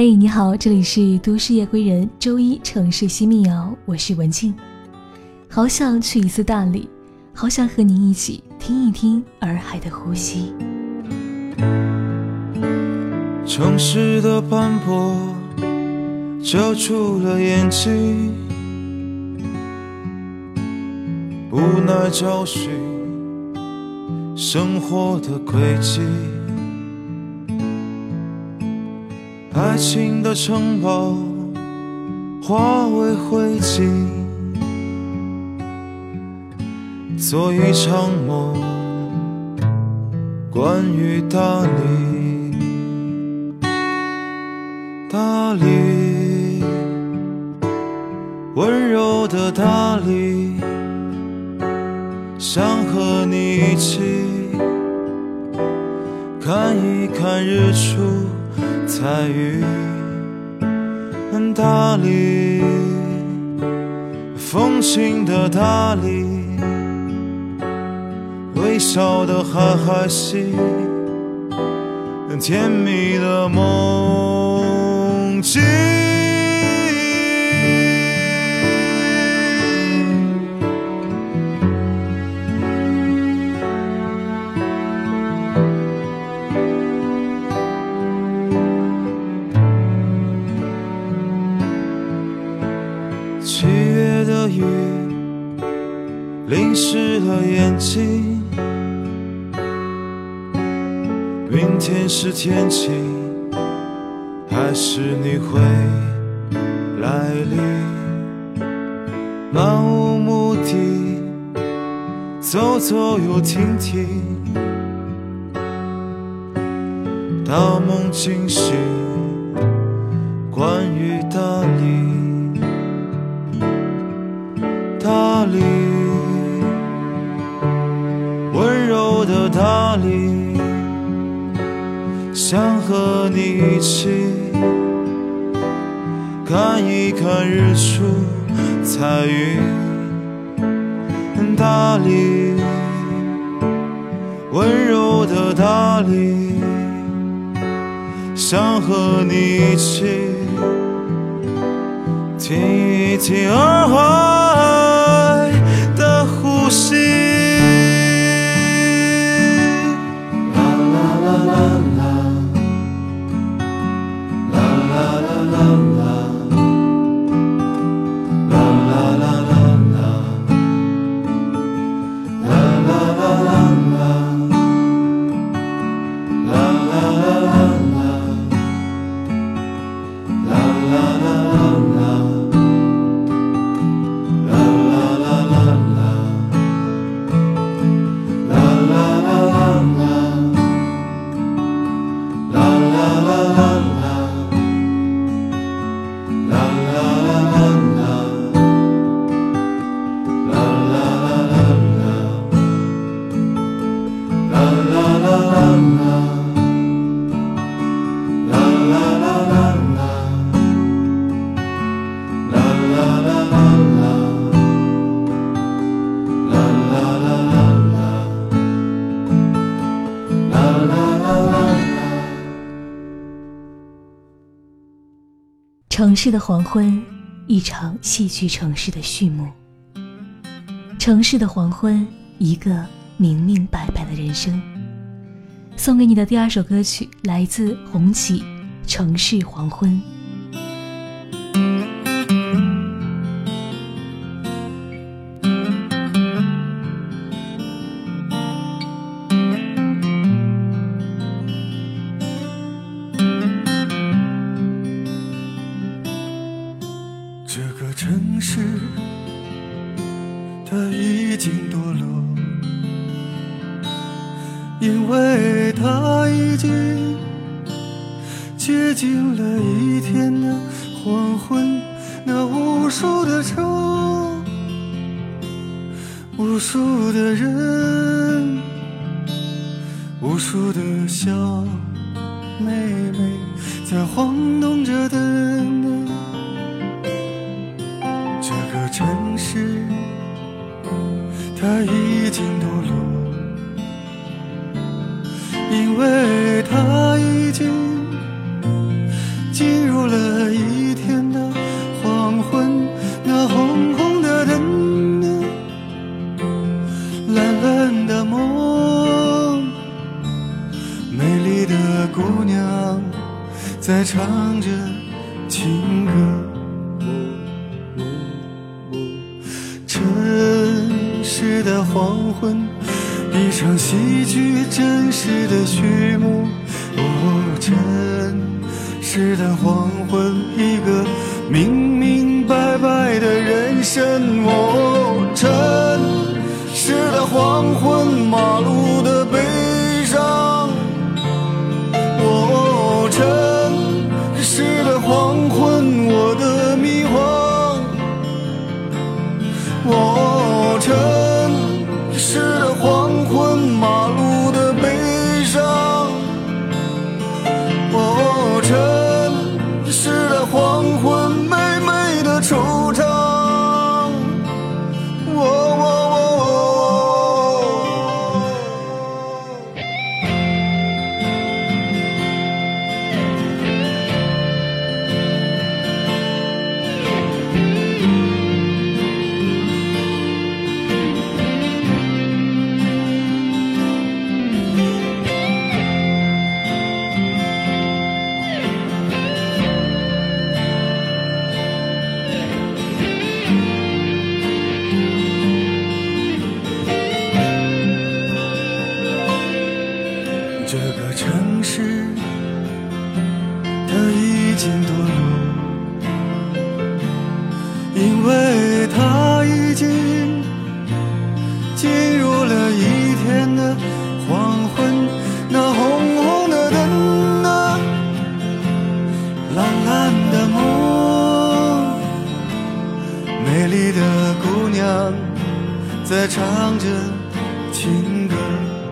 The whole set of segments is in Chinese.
嘿，你好，这里是都市夜归人，周一城市新民谣，我是文静。好想去一次大理，好想和你一起听一听洱海的呼吸。 城市的斑驳遮住了眼睛，无奈找寻生活的轨迹，爱情的城堡化为灰烬，做一场梦，关于大理。大理，温柔的大理，想和你一起看一看日出彩云。大理，风情的大理，微笑的海海西，甜蜜的梦境。7月的雨淋湿了眼睛，明天是天晴，还是你会来临？漫无目的走走又停停，大梦惊醒，关于大理。大理，温柔的大理，想和你一起看一看日出彩云。大理，温柔的大理，想和你一起听一听洱海的呼吸。 城市的黄昏，一场戏剧城市的序幕。城市的黄昏，一个明明白白的人生。送给你的第二首歌曲来自红旗，《城市黄昏》。 这个城市它已经堕落，因为它已经接近了一天的黄昏。那无数的车，无数的人，无数的小妹妹在晃动着等待。这个城市它已经堕落，因为它已经进入在唱着情歌。城市的黄昏，一场戏剧真实的序幕。城市的黄昏，一个明明白白的人生。城市的黄昏，马路的悲伤。城市的黄昏，我的迷惘。城市的黄昏，马路的悲伤。城市的黄昏，美美的惆怅。这个城市它已经堕落，因为它已经进入了一天的黄昏。那红红的灯啊，蓝蓝的梦，美丽的姑娘在唱着情歌。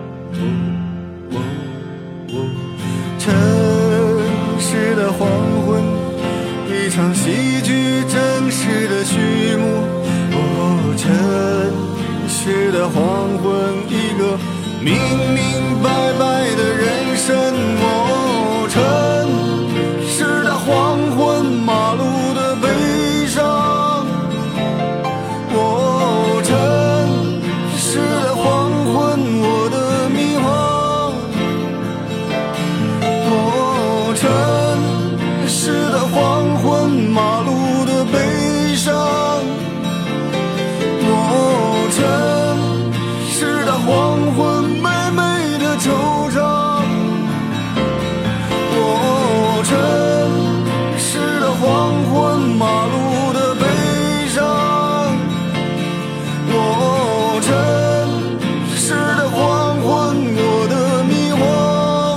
城市的黄昏，一场戏剧真实的序幕。城市的黄昏，一个明明白白的人生。城市的黄昏，马路的悲伤。城市的黄昏，我的迷惘。城市的黄昏，马路的悲伤。城市的黄昏，美美的惆怅。城市的黄昏，马路的悲伤。城市的黄昏，我的迷惘。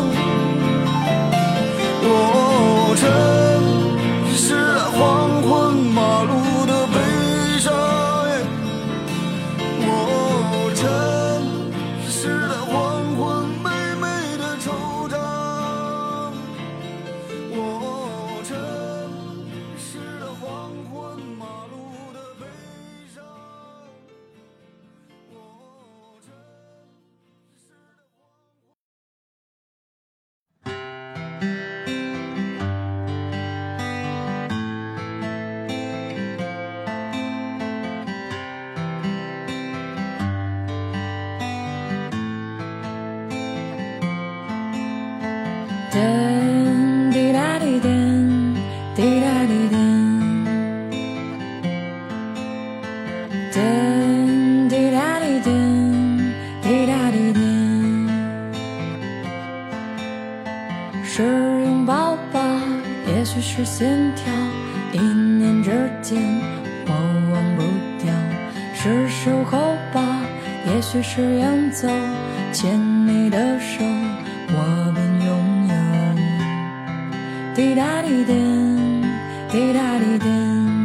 城市的黄昏，马路的悲伤。城市的黄昏，美美的惆怅。城市的黄昏，马路的悲伤。 噔滴答滴噔，滴答滴噔，噔滴答滴噔，滴答滴噔。是拥抱吧，也许是心跳，一念之间我忘不掉。是守候吧，也许是远走，牵你的手我便拥有。滴答滴噔，滴答滴噔，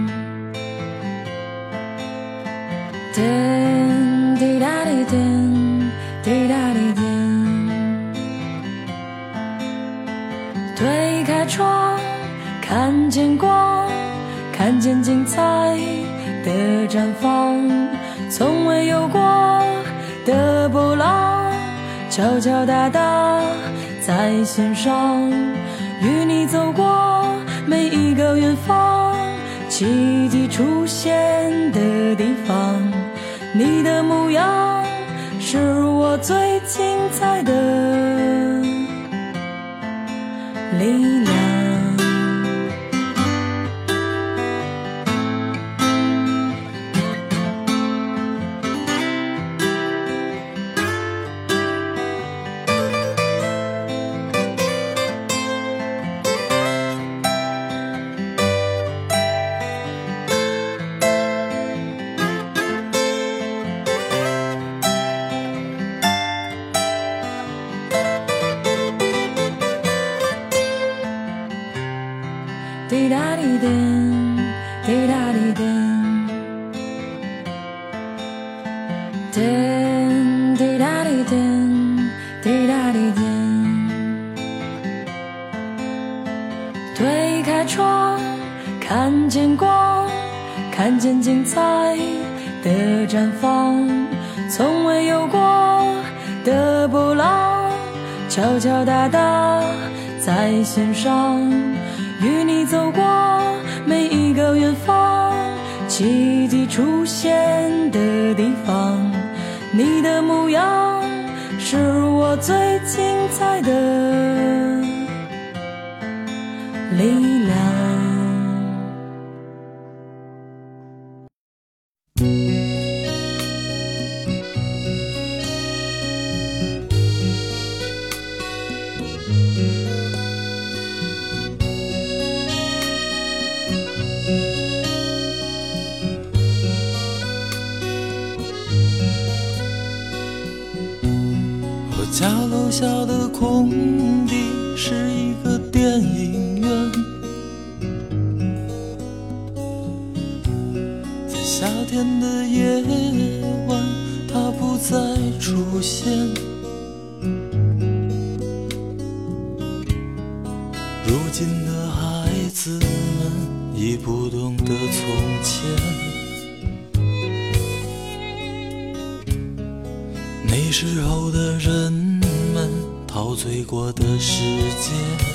噔滴答滴噔，滴答滴噔。推开窗，看见光，看见精彩的绽放，从未有过的波浪，敲敲打打在心上，与你走过每一个远方，奇迹出现的地方，你的模样是我最精彩的力量。 滴答滴点，滴答滴点，点滴答滴点，滴答滴点。推开窗，看见光，看见精彩的绽放，从未有过的波浪，敲敲打打在线上，与你走过每一个远方，奇迹出现的地方，你的模样是我最精彩的力量。 我家楼下的空地是一个电影院，在夏天的夜晚，它不再出现。如今的孩子们已不懂得从前，那时候的人们陶醉过的世界，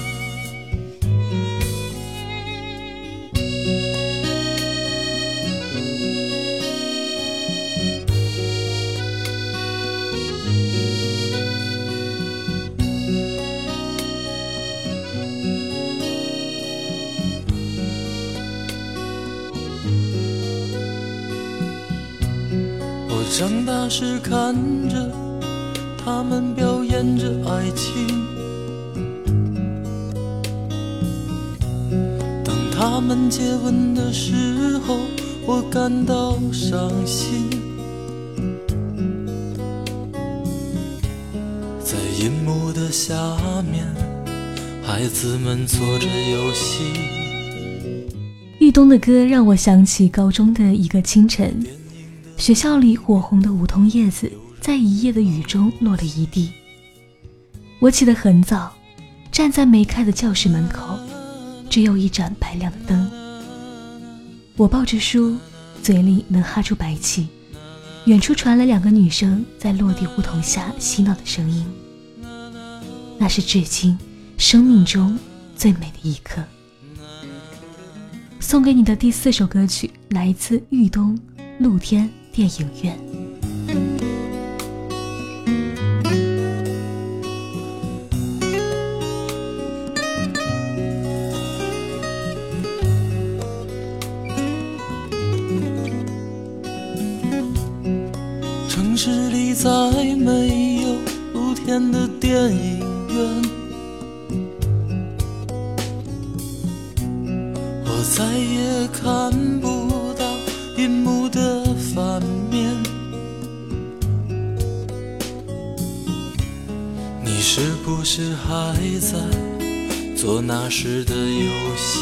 我长大时看着他们表演着爱情，当他们接吻的时候，我感到伤心。在银幕的下面，孩子们做着游戏。 玉东的歌让我想起高中的一个清晨，学校里火红的梧桐叶子在一夜的雨中落了一地。我起得很早，站在没开的教室门口，只有一盏白亮的灯。我抱着书，嘴里能哈出白气。远处传来2个女生在落地梧桐下嬉闹的声音，那是至今生命中最美的一刻。送给你的第4首歌曲来自豫东露天电影院。 城市里再没有露天的电影院，我再也看不到银幕的反面。你是不是还在做那时的游戏？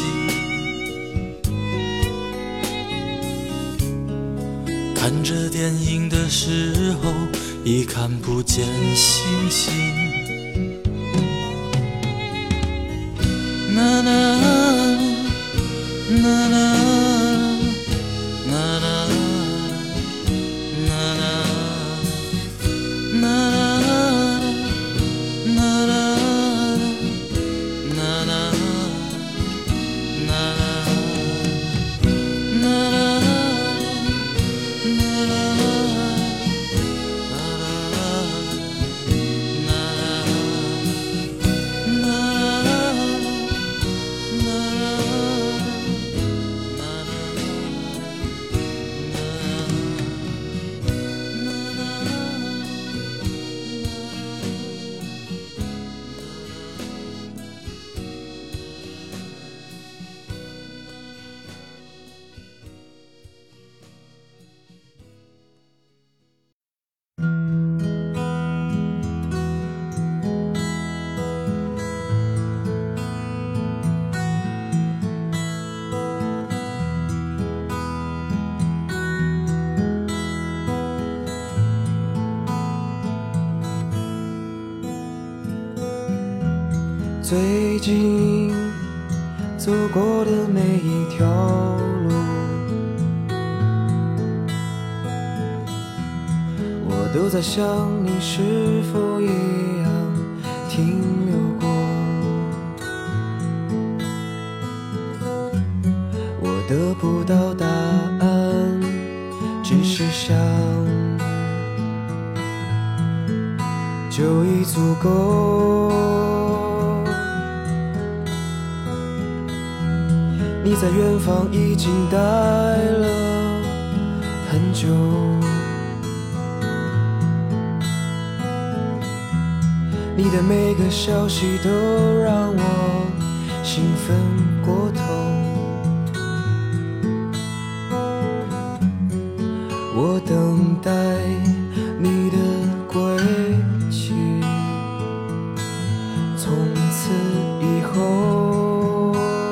看着电影的时候，已看不见星星。啦啦啦啦啦啦啦啦啦啦。 最近走过的每一条路，我都在想你是否一样停留过。我得不到答案，只是想就已足够。你在远方已经待了很久，你的每个消息都让我兴奋过头。我等待你的归期，从此以后，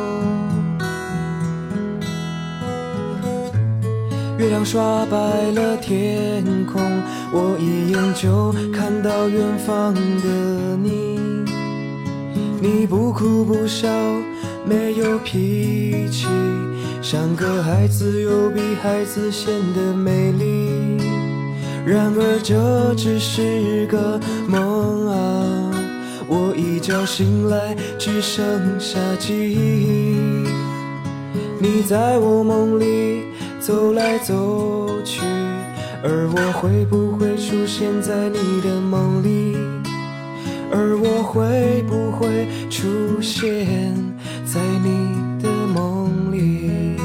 月亮刷白了天空，我一眼就看到远方的你。你不哭不笑，没有脾气，像个孩子又比孩子显得美丽。然而这只是个梦啊，我一觉醒来只剩下记忆。你在我梦里走来走去，而我会不会出现在你的梦里？而我会不会出现在你的梦里？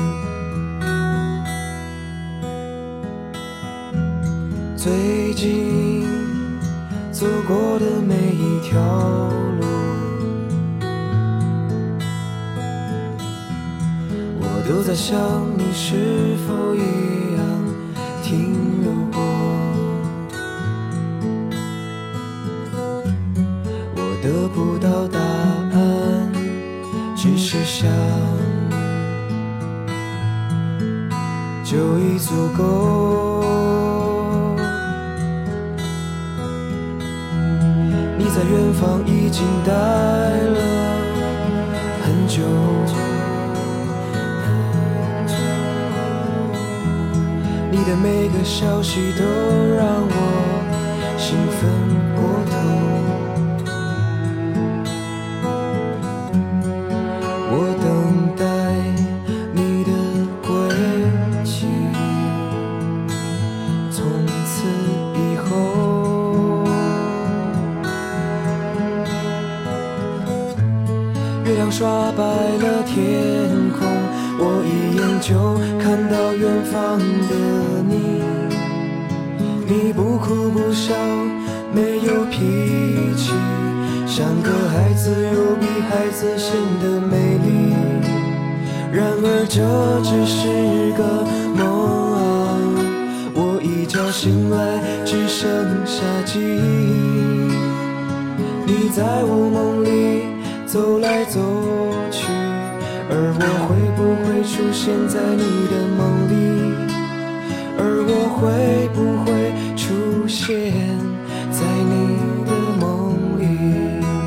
最近走过的每一条路，我都在想你是否一样停留过。我得不到答案，只是想就已足够。你在远方已经待了很久，你的每个消息都让我兴奋过头。我等待你的归期，从此以后，月亮刷白了天空，我一眼就看到远方的你。你不哭不笑，没有脾气，像个孩子又比孩子显得美丽。然而这只是个梦啊，我一觉醒来只剩下记忆。你在我梦里走来走去，而我会不会出现在你的梦里？而我会不会出现在你的梦里？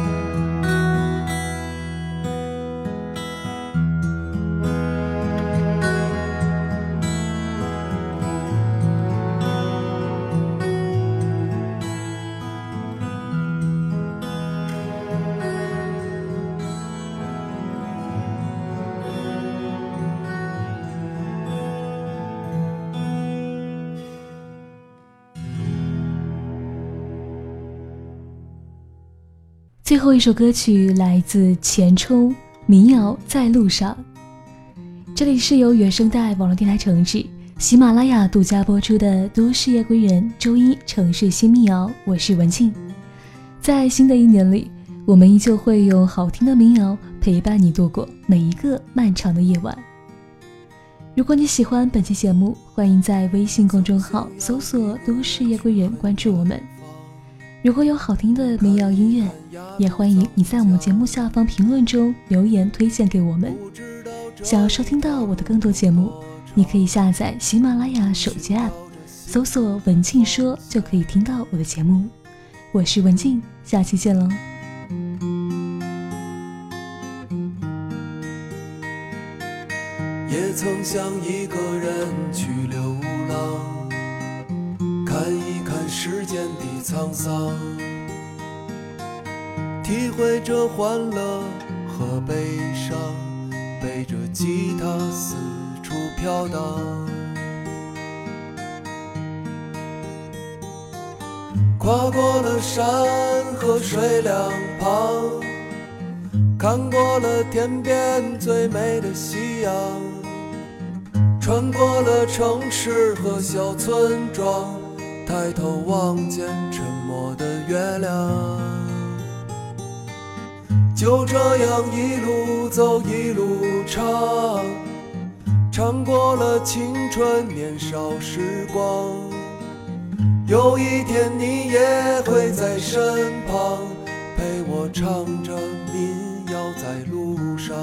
最后一首歌曲来自钱冲，民谣在路上。这里是由原声带网络电台城市喜马拉雅独家播出的都市夜归人周一城市新民谣，我是文静。在新的一年里，我们依旧会用好听的民谣陪伴你度过每一个漫长的夜晚。如果你喜欢本期节目，欢迎在微信公众号搜索都市夜归人关注我们。如果有好听的民谣音乐，也欢迎你在我们节目下方评论中留言推荐给我们。想要收听到我的更多节目，你可以下载喜马拉雅手机 app， 搜索文静说就可以听到我的节目。我是文静，下期见喽。 也曾想一个人去流浪，看一看世间的沧桑，体会着欢乐和悲伤，背着吉他四处飘荡。跨过了山和水两旁，看过了天边最美的夕阳，穿过了城市和小村庄，抬头望见沉默的月亮。就这样一路走一路唱，唱过了青春年少时光。有一天你也会在身旁，陪我唱着民谣在路上。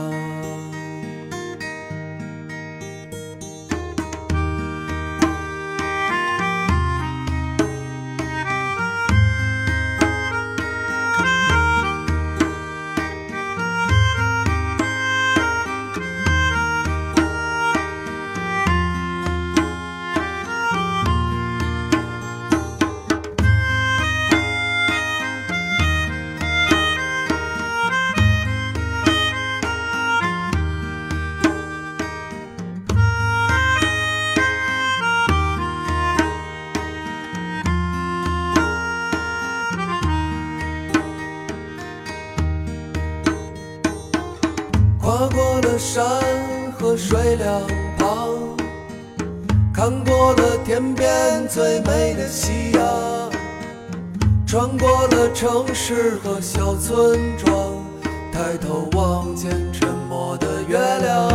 跨过了山和水两旁，看过了天边最美的夕阳，穿过了城市和小村庄，抬头望见沉默的月亮。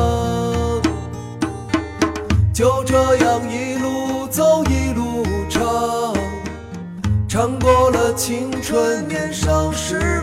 就这样一路走一路唱，唱过了青春年少时